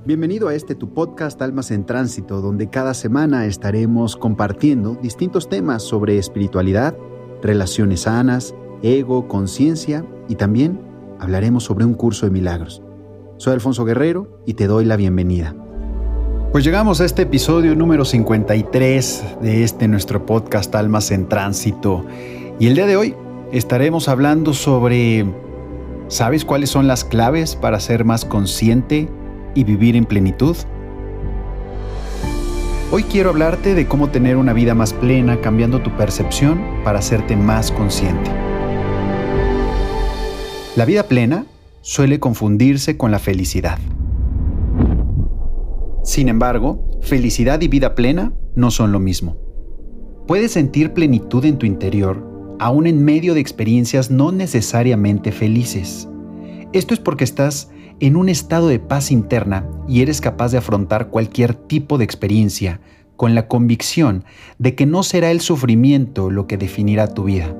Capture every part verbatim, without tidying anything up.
Bienvenido a este tu podcast Almas en Tránsito, donde cada semana estaremos compartiendo distintos temas sobre espiritualidad, relaciones sanas, ego, conciencia y también hablaremos sobre un curso de milagros. Soy Alfonso Guerrero y te doy la bienvenida. Pues llegamos a este episodio número cincuenta y tres de este nuestro podcast Almas en Tránsito. Y el día de hoy estaremos hablando sobre, ¿sabes cuáles son las claves para ser más consciente y vivir en plenitud? Hoy quiero hablarte de cómo tener una vida más plena cambiando tu percepción para hacerte más consciente. La vida plena suele confundirse con la felicidad. Sin embargo, felicidad y vida plena no son lo mismo. Puedes sentir plenitud en tu interior, aún en medio de experiencias no necesariamente felices. Esto es porque estás en un estado de paz interna y eres capaz de afrontar cualquier tipo de experiencia con la convicción de que no será el sufrimiento lo que definirá tu vida.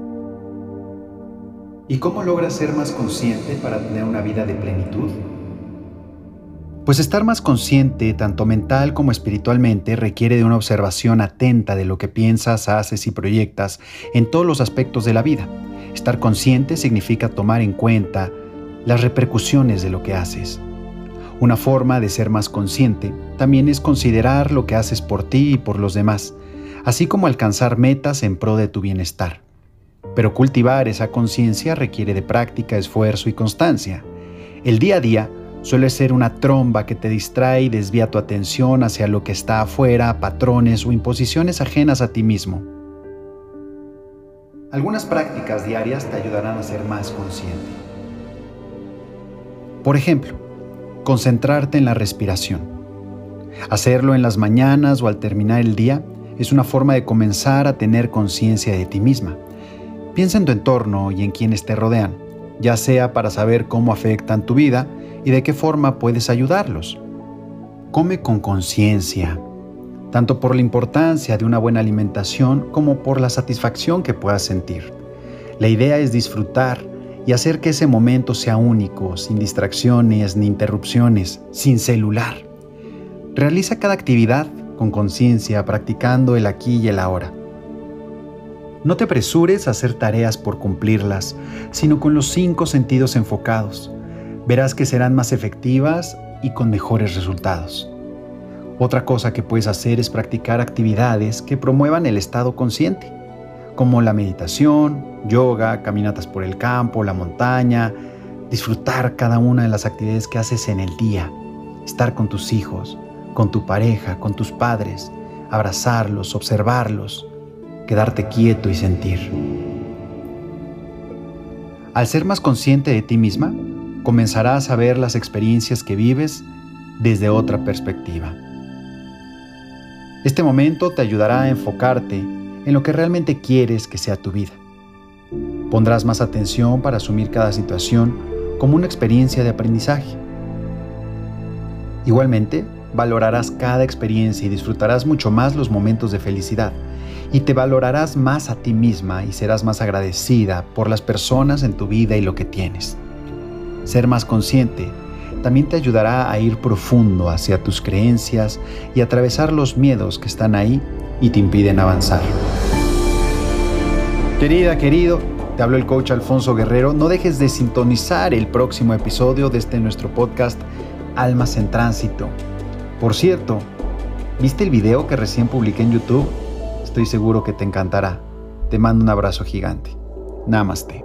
¿Y cómo logras ser más consciente para tener una vida de plenitud? Pues estar más consciente, tanto mental como espiritualmente, requiere de una observación atenta de lo que piensas, haces y proyectas en todos los aspectos de la vida. Estar consciente significa tomar en cuenta las repercusiones de lo que haces. Una forma de ser más consciente también es considerar lo que haces por ti y por los demás, así como alcanzar metas en pro de tu bienestar. Pero cultivar esa conciencia requiere de práctica, esfuerzo y constancia. El día a día suele ser una tromba que te distrae y desvía tu atención hacia lo que está afuera, patrones o imposiciones ajenas a ti mismo. Algunas prácticas diarias te ayudarán a ser más consciente. Por ejemplo, concentrarte en la respiración. Hacerlo en las mañanas o al terminar el día es una forma de comenzar a tener conciencia de ti misma. Piensa en tu entorno y en quienes te rodean, ya sea para saber cómo afectan tu vida y de qué forma puedes ayudarlos. Come con conciencia, tanto por la importancia de una buena alimentación como por la satisfacción que puedas sentir. La idea es disfrutar y hacer que ese momento sea único, sin distracciones ni interrupciones, sin celular. Realiza cada actividad con conciencia, practicando el aquí y el ahora. No te apresures a hacer tareas por cumplirlas, sino con los cinco sentidos enfocados. Verás que serán más efectivas y con mejores resultados. Otra cosa que puedes hacer es practicar actividades que promuevan el estado consciente, como la meditación, yoga, caminatas por el campo, la montaña, disfrutar cada una de las actividades que haces en el día, estar con tus hijos, con tu pareja, con tus padres, abrazarlos, observarlos, quedarte quieto y sentir. Al ser más consciente de ti misma, comenzarás a ver las experiencias que vives desde otra perspectiva. Este momento te ayudará a enfocarte en lo que realmente quieres que sea tu vida. Pondrás más atención para asumir cada situación como una experiencia de aprendizaje. Igualmente, valorarás cada experiencia y disfrutarás mucho más los momentos de felicidad, y te valorarás más a ti misma y serás más agradecida por las personas en tu vida y lo que tienes. Ser más consciente también te ayudará a ir profundo hacia tus creencias y atravesar los miedos que están ahí y te impiden avanzar. Querida, querido, te hablo el coach Alfonso Guerrero. No dejes de sintonizar el próximo episodio de este nuestro podcast Almas en Tránsito. Por cierto, ¿viste el video que recién publiqué en YouTube? Estoy seguro que te encantará. Te mando un abrazo gigante. Namaste.